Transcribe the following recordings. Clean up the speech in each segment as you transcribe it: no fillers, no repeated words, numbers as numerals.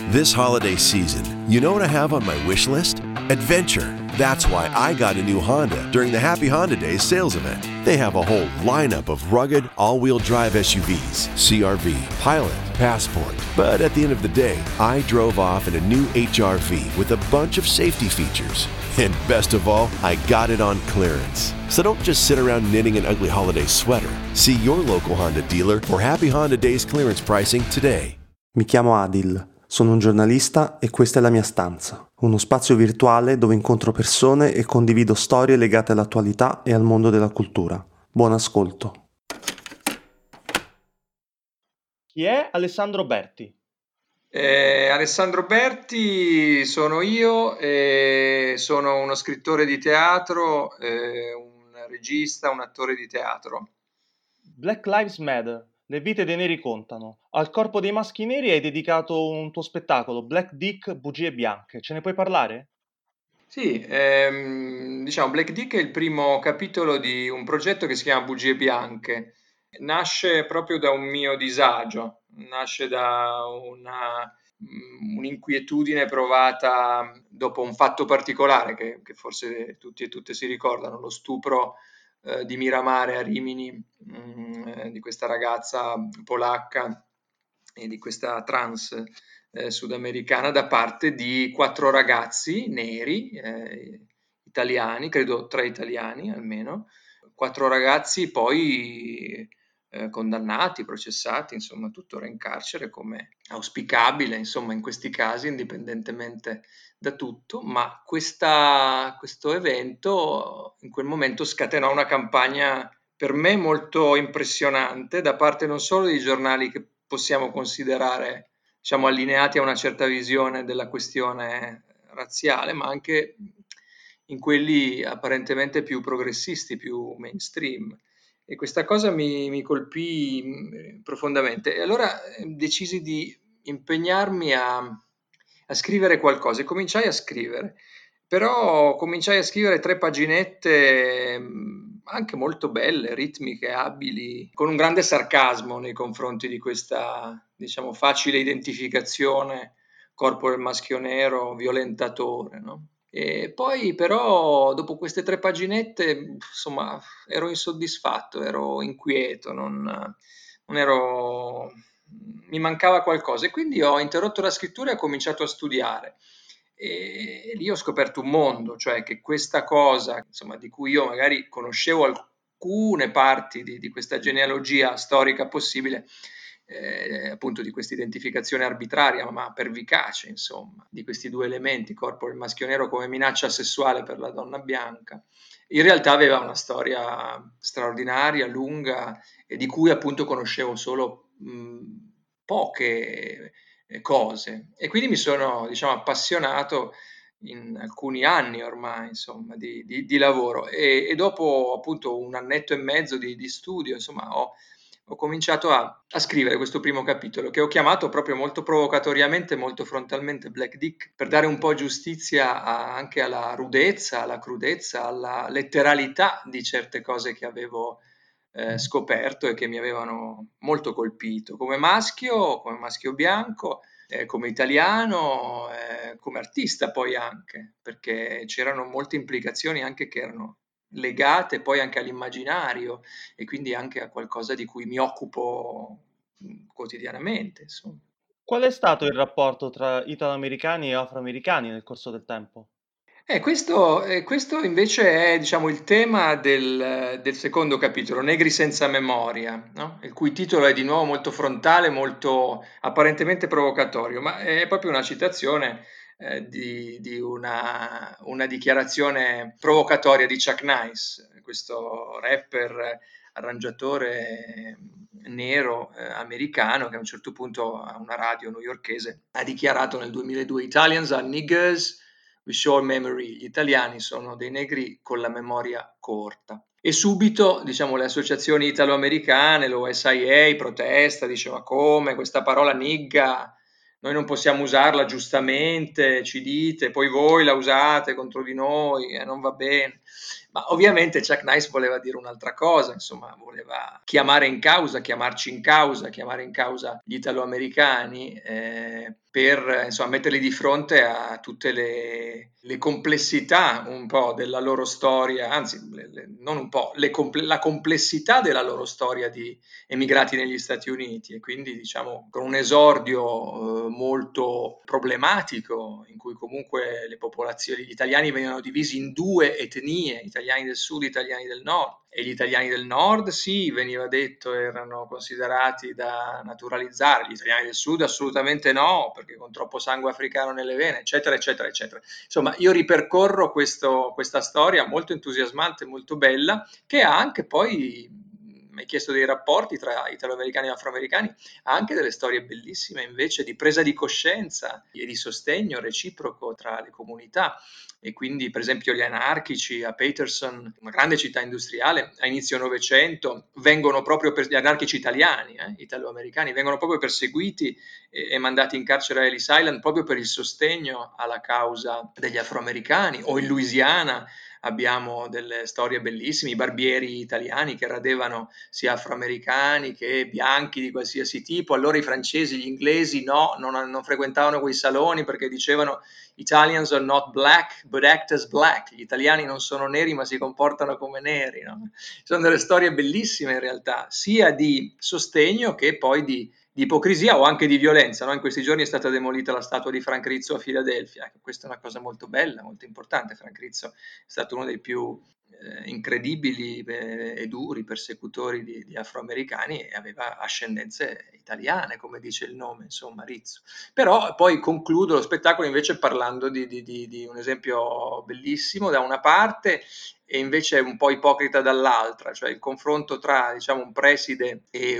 This holiday season, you know what I have on my wish list? Adventure. That's why I got a new Honda during the Happy Honda Days sales event. They have a whole lineup of rugged, all-wheel drive SUVs, CR-V, Pilot, Passport. But at the end of the day, I drove off in a new HR-V with a bunch of safety features. And best of all, I got it on clearance. So don't just sit around knitting an ugly holiday sweater. See your local Honda dealer for Happy Honda Days clearance pricing today. Mi chiamo Adil, sono un giornalista e questa è la mia stanza, uno spazio virtuale dove incontro persone e condivido storie legate all'attualità e al mondo della cultura. Buon ascolto. Chi è Alessandro Berti? Alessandro Berti sono io, sono uno scrittore di teatro, un regista, un attore di teatro. Black Lives Matter, le vite dei neri contano. Al corpo dei maschi neri hai dedicato un tuo spettacolo, Black Dick, bugie bianche. Ce ne puoi parlare? Sì, diciamo Black Dick è il primo capitolo di un progetto che si chiama Bugie Bianche. Nasce proprio da un mio disagio, nasce da un'inquietudine provata dopo un fatto particolare che forse tutti e tutte si ricordano, lo stupro di Miramare a Rimini, di questa ragazza polacca e di questa trans sudamericana da parte di 4 ragazzi neri italiani, credo 3 italiani almeno, 4 ragazzi poi condannati, processati, insomma tuttora in carcere come auspicabile, insomma in questi casi indipendentemente da tutto, ma questo evento in quel momento scatenò una campagna per me molto impressionante da parte non solo dei giornali che possiamo considerare, diciamo, allineati a una certa visione della questione razziale, ma anche in quelli apparentemente più progressisti, più mainstream. E questa cosa mi colpì profondamente. E allora decisi di impegnarmi a scrivere qualcosa e cominciai a scrivere. Però cominciai a scrivere 3 paginette anche molto belle, ritmiche, abili, con un grande sarcasmo nei confronti di questa, diciamo, facile identificazione corpo del maschio nero, violentatore, no? E poi però dopo queste 3 paginette, insomma, ero insoddisfatto, ero inquieto, non ero, mi mancava qualcosa e quindi ho interrotto la scrittura e ho cominciato a studiare. E lì ho scoperto un mondo, cioè che questa cosa, insomma, di cui io magari conoscevo alcune parti di questa genealogia storica possibile, appunto di questa identificazione arbitraria ma pervicace, insomma, di questi 2 elementi, corpo del maschio nero come minaccia sessuale per la donna bianca, in realtà aveva una storia straordinaria, lunga e di cui appunto conoscevo solo poche cose e quindi mi sono, diciamo, appassionato in alcuni anni ormai, insomma, di lavoro e dopo appunto un annetto e mezzo di studio, insomma, ho cominciato a scrivere questo primo capitolo che ho chiamato proprio molto provocatoriamente, molto frontalmente Black Dick, per dare un po' giustizia anche alla rudezza, alla crudezza, alla letteralità di certe cose che avevo scoperto e che mi avevano molto colpito come maschio bianco, come italiano, come artista poi anche, perché c'erano molte implicazioni anche che erano legate poi anche all'immaginario e quindi anche a qualcosa di cui mi occupo quotidianamente, insomma. Qual è stato il rapporto tra italoamericani e afroamericani nel corso del tempo? Questo invece è, diciamo, il tema del secondo capitolo, Negri senza memoria, no? Il cui titolo è di nuovo molto frontale, molto apparentemente provocatorio, ma è proprio una citazione di una dichiarazione provocatoria di Chuck Nice, questo rapper, arrangiatore nero americano che a un certo punto a una radio newyorkese ha dichiarato nel 2002: Italians are niggers with short memory, gli italiani sono dei negri con la memoria corta. E subito, diciamo, le associazioni italo-americane, l'OSIA protesta, diceva come questa parola nigga, noi non possiamo usarla giustamente, ci dite, poi voi la usate contro di noi, non va bene. Ma ovviamente Chuck Nice voleva dire un'altra cosa, insomma, voleva chiamarci in causa, chiamare in causa gli italoamericani per insomma, metterli di fronte a tutte le complessità un po' della loro storia, anzi, non un po', la complessità della loro storia di emigrati negli Stati Uniti, e quindi diciamo con un esordio molto problematico, in cui comunque le popolazioni, gli italiani venivano divisi in due etnie, italiani del sud, italiani del nord, e gli italiani del nord, sì, veniva detto, erano considerati da naturalizzare, gli italiani del sud assolutamente no, perché con troppo sangue africano nelle vene, eccetera, eccetera, eccetera. Insomma, io ripercorro questa storia molto entusiasmante, molto bella, che ha anche poi, mi hai chiesto dei rapporti tra italoamericani e afroamericani, ha anche delle storie bellissime invece di presa di coscienza e di sostegno reciproco tra le comunità. E quindi, per esempio, gli anarchici a Paterson, una grande città industriale, a inizio Novecento, vengono proprio gli anarchici italiani, italoamericani, vengono proprio perseguiti e mandati in carcere a Ellis Island proprio per il sostegno alla causa degli afroamericani. O in Louisiana abbiamo delle storie bellissime, i barbieri italiani che radevano sia afroamericani che bianchi di qualsiasi tipo. Allora i francesi, gli inglesi no, non frequentavano quei saloni perché dicevano Italians are not black but act as black, gli italiani non sono neri ma si comportano come neri, no? Sono delle storie bellissime in realtà, sia di sostegno che poi di ipocrisia o anche di violenza, no? In questi giorni è stata demolita la statua di Frank Rizzo a Filadelfia, questa è una cosa molto bella, molto importante. Frank Rizzo è stato uno dei più incredibili e duri persecutori di afroamericani, e aveva ascendenze italiane, come dice il nome, insomma, Rizzo. Però poi concludo lo spettacolo invece parlando di un esempio bellissimo da una parte e invece un po' ipocrita dall'altra, cioè il confronto tra, diciamo, un preside e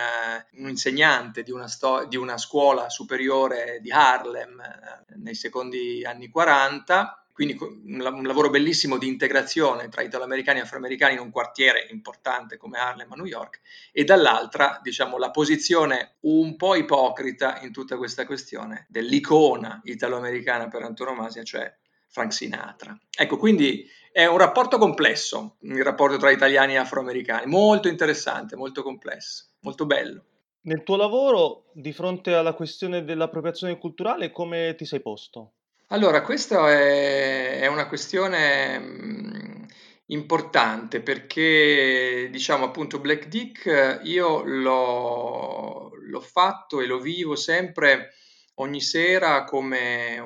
un insegnante di una scuola superiore di Harlem nei secondi anni 40. Quindi un lavoro bellissimo di integrazione tra italoamericani e afroamericani in un quartiere importante come Harlem a New York, e dall'altra, diciamo, la posizione un po' ipocrita in tutta questa questione dell'icona italoamericana per antonomasia, cioè Frank Sinatra. Ecco, quindi è un rapporto complesso, il rapporto tra italiani e afroamericani, molto interessante, molto complesso, molto bello. Nel tuo lavoro, di fronte alla questione dell'appropriazione culturale, come ti sei posto? Allora, questa è una questione importante perché, diciamo, appunto, Black Dick io l'ho fatto e lo vivo sempre, ogni sera, come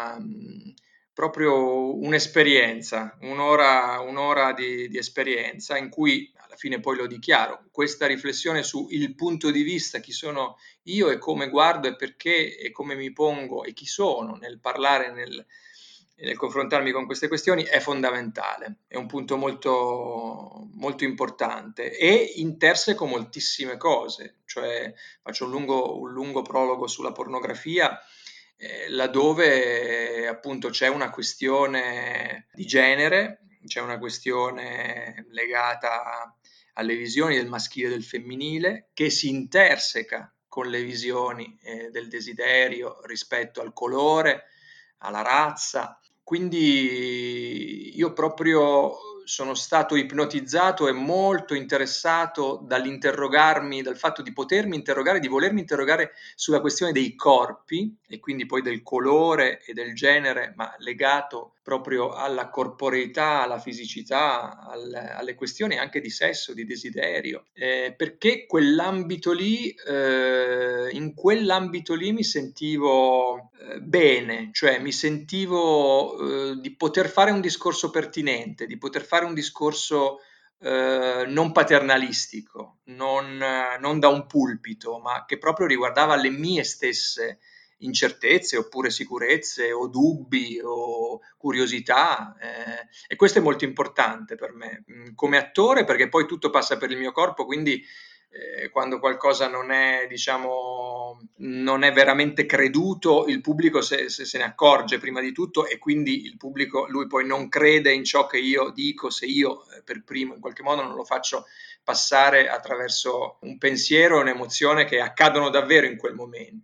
proprio un'esperienza, un'ora di esperienza in cui alla fine poi lo dichiaro. Questa riflessione su il punto di vista, chi sono io e come guardo e perché e come mi pongo e chi sono nel parlare, nel confrontarmi con queste questioni, è fondamentale, è un punto molto, molto importante e interseco moltissime cose, cioè faccio un lungo prologo sulla pornografia, laddove appunto c'è una questione di genere, c'è una questione legata alle visioni del maschile e del femminile, che si interseca con le visioni del desiderio rispetto al colore, alla razza. Quindi io proprio sono stato ipnotizzato e molto interessato dall'interrogarmi, dal fatto di potermi interrogare, di volermi interrogare sulla questione dei corpi e quindi poi del colore e del genere, ma legato proprio alla corporeità, alla fisicità, alle questioni anche di sesso, di desiderio, perché in quell'ambito lì mi sentivo bene, cioè mi sentivo di poter fare un discorso pertinente, di poter fare un discorso non paternalistico, non da un pulpito, ma che proprio riguardava le mie stesse incertezze oppure sicurezze o dubbi o curiosità, e questo è molto importante per me come attore, perché poi tutto passa per il mio corpo, quindi quando qualcosa non è, diciamo, non è veramente creduto, il pubblico se ne accorge prima di tutto, e quindi il pubblico, lui poi non crede in ciò che io dico se io per primo in qualche modo non lo faccio passare attraverso un pensiero e un'emozione che accadono davvero in quel momento.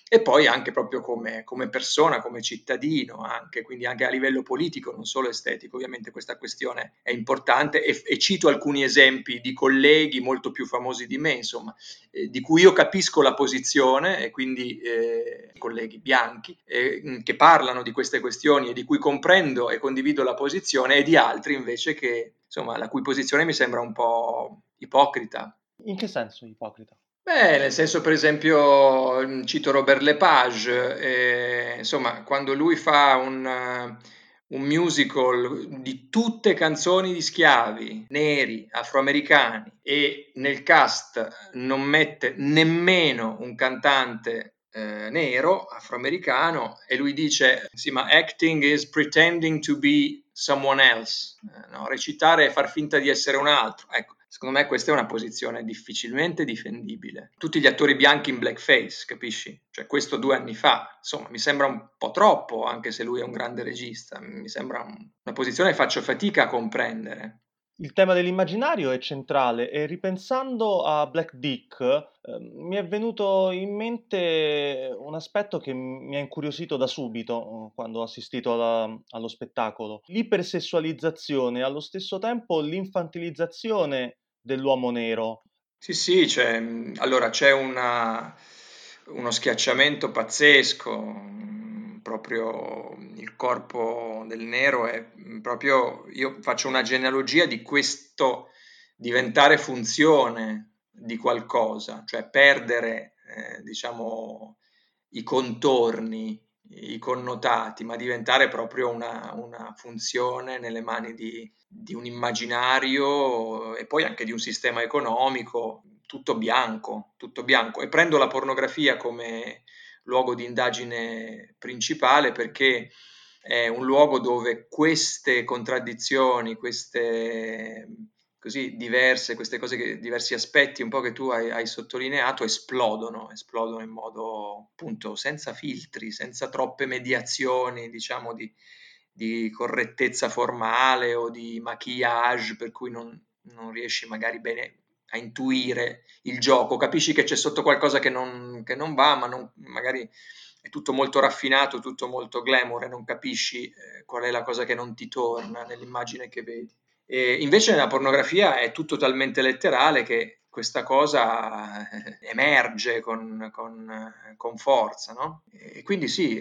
e poi anche proprio come persona, come cittadino, anche, quindi anche a livello politico, non solo estetico. Ovviamente questa questione è importante e cito alcuni esempi di colleghi molto più famosi di me, insomma, di cui io capisco la posizione e quindi colleghi bianchi che parlano di queste questioni e di cui comprendo e condivido la posizione, e di altri invece che, insomma, la cui posizione mi sembra un po' ipocrita. In che senso ipocrita? Beh, nel senso, per esempio, cito Robert Lepage, insomma, quando lui fa un musical di tutte canzoni di schiavi, neri, afroamericani, e nel cast non mette nemmeno un cantante nero, afroamericano, e lui dice, sì, ma acting is pretending to be someone else, no? Recitare è far finta di essere un altro, ecco. Secondo me questa è una posizione difficilmente difendibile. Tutti gli attori bianchi in blackface, capisci? Cioè questo 2 anni fa, insomma, mi sembra un po' troppo, anche se lui è un grande regista. Mi sembra una posizione che faccio fatica a comprendere. Il tema dell'immaginario è centrale e ripensando a Black Dick, mi è venuto in mente un aspetto che mi ha incuriosito da subito, quando ho assistito allo spettacolo. L'ipersessualizzazione e allo stesso tempo l'infantilizzazione dell'uomo nero. Sì, sì, allora c'è uno schiacciamento pazzesco, proprio il corpo del nero è proprio, io faccio una genealogia di questo diventare funzione di qualcosa, cioè perdere, diciamo, i contorni, i connotati, ma diventare proprio una funzione nelle mani di un immaginario e poi anche di un sistema economico, tutto bianco, tutto bianco. E prendo la pornografia come luogo di indagine principale perché è un luogo dove queste contraddizioni, queste così diverse, queste cose, diversi aspetti un po' che tu hai sottolineato, esplodono in modo appunto senza filtri, senza troppe mediazioni, diciamo, di correttezza formale o di maquillage, per cui non riesci magari bene a intuire il gioco, capisci che c'è sotto qualcosa che non va, ma magari è tutto molto raffinato, tutto molto glamour e non capisci qual è la cosa che non ti torna nell'immagine che vedi. E invece nella pornografia è tutto talmente letterale che questa cosa emerge con forza, no? E quindi sì,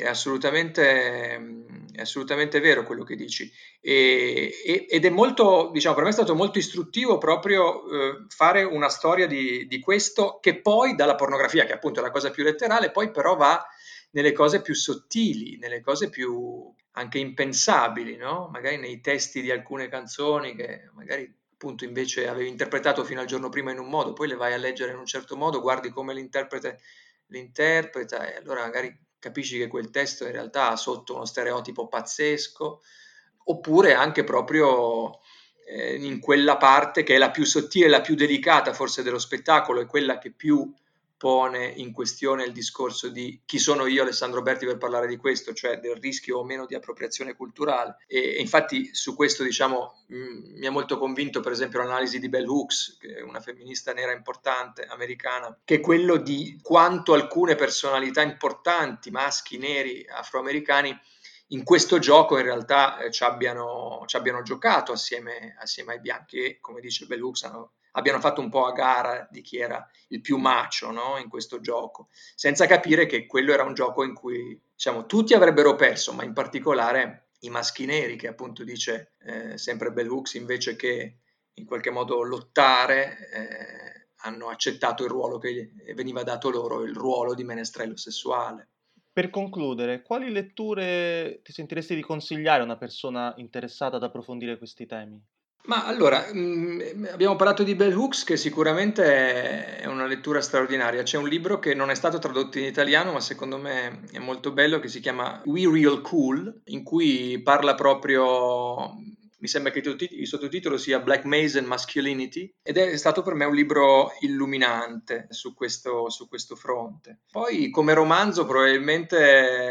è assolutamente vero quello che dici. Ed è molto, diciamo, per me è stato molto istruttivo proprio fare una storia di questo, che poi dalla pornografia, che appunto è la cosa più letterale, poi però va nelle cose più sottili, nelle cose più anche impensabili, no? Magari nei testi di alcune canzoni che magari appunto invece avevi interpretato fino al giorno prima in un modo, poi le vai a leggere in un certo modo, guardi come l'interprete l'interpreta e allora magari capisci che quel testo in realtà ha sotto uno stereotipo pazzesco, oppure anche proprio in quella parte che è la più sottile, la più delicata forse dello spettacolo, è quella che più pone in questione il discorso di chi sono io, Alessandro Berti, per parlare di questo, cioè del rischio o meno di appropriazione culturale. E infatti su questo, diciamo, mi ha molto convinto per esempio l'analisi di Bell Hooks, che è una femminista nera importante, americana, che è quello di quanto alcune personalità importanti, maschi, neri, afroamericani, in questo gioco in realtà ci abbiano giocato assieme ai bianchi e, come dice Bell Hooks, abbiano fatto un po' a gara di chi era il più macho, no? In questo gioco, senza capire che quello era un gioco in cui, diciamo, tutti avrebbero perso, ma in particolare i maschi neri, che appunto dice sempre Bell Hooks, invece che in qualche modo lottare, hanno accettato il ruolo che veniva dato loro, il ruolo di menestrello sessuale. Per concludere, quali letture ti sentiresti di consigliare a una persona interessata ad approfondire questi temi? Ma allora, abbiamo parlato di Bell Hooks, che sicuramente è una lettura straordinaria. C'è un libro che non è stato tradotto in italiano, ma secondo me è molto bello, che si chiama We Real Cool, in cui parla proprio, mi sembra che il sottotitolo sia Black Males and Masculinity, ed è stato per me un libro illuminante su questo fronte. Poi come romanzo probabilmente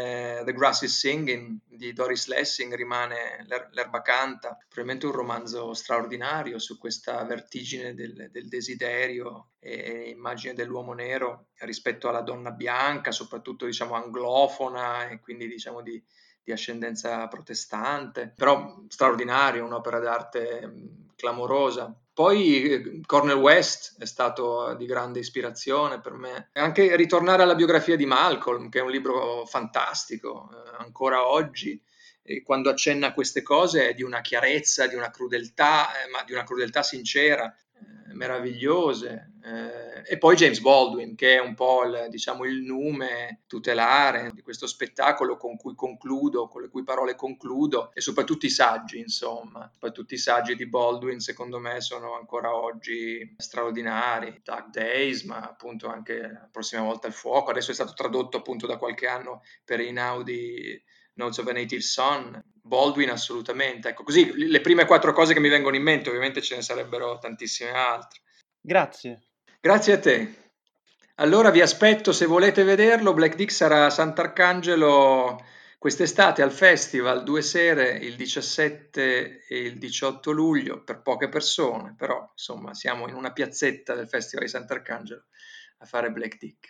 The Grass is Singing di Doris Lessing rimane L'erba canta, probabilmente un romanzo straordinario su questa vertigine del desiderio e immagine dell'uomo nero rispetto alla donna bianca, soprattutto diciamo anglofona e quindi diciamo di ascendenza protestante, però straordinario, un'opera d'arte clamorosa. Poi Cornel West è stato di grande ispirazione per me. E anche ritornare alla biografia di Malcolm, che è un libro fantastico, ancora oggi, e quando accenna a queste cose è di una chiarezza, di una crudeltà, ma di una crudeltà sincera, meravigliose. E poi James Baldwin, che è un po' il nume tutelare di questo spettacolo con cui concludo, con le cui parole concludo, e soprattutto i saggi, insomma. Soprattutto i saggi di Baldwin, secondo me, sono ancora oggi straordinari. Dark Days, ma appunto anche La prossima volta il fuoco. Adesso è stato tradotto appunto da qualche anno per Einaudi Notes of a Native Son. Baldwin assolutamente. Ecco, così le prime 4 cose che mi vengono in mente, ovviamente ce ne sarebbero tantissime altre. Grazie. Grazie a te. Allora vi aspetto, se volete vederlo, Black Dick sarà a Sant'Arcangelo quest'estate al festival, 2 sere, il 17 e il 18 luglio, per poche persone, però insomma siamo in una piazzetta del festival di Sant'Arcangelo a fare Black Dick.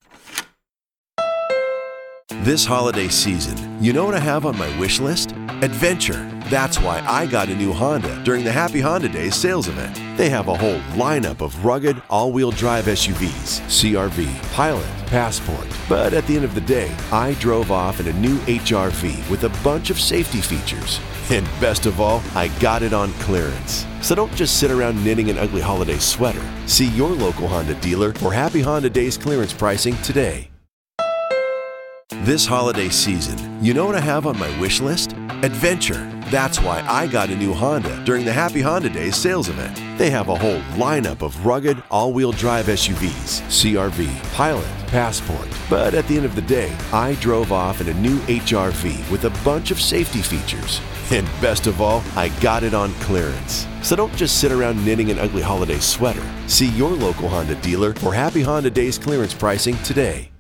This holiday season, you know what I have on my wish list? Adventure. That's why I got a new Honda during the Happy Honda Days sales event. They have a whole lineup of rugged, all-wheel drive SUVs, CR-V, Pilot, Passport. But at the end of the day, I drove off in a new HR-V with a bunch of safety features. And best of all, I got it on clearance. So don't just sit around knitting an ugly holiday sweater. See your local Honda dealer for Happy Honda Days clearance pricing today. This holiday season, you know what I have on my wish list? Adventure. That's why I got a new Honda during the Happy Honda Days sales event. They have a whole lineup of rugged, all-wheel drive SUVs, CR-V, Pilot, Passport. But at the end of the day, I drove off in a new HR-V with a bunch of safety features. And best of all, I got it on clearance. So don't just sit around knitting an ugly holiday sweater. See your local Honda dealer for Happy Honda Days clearance pricing today.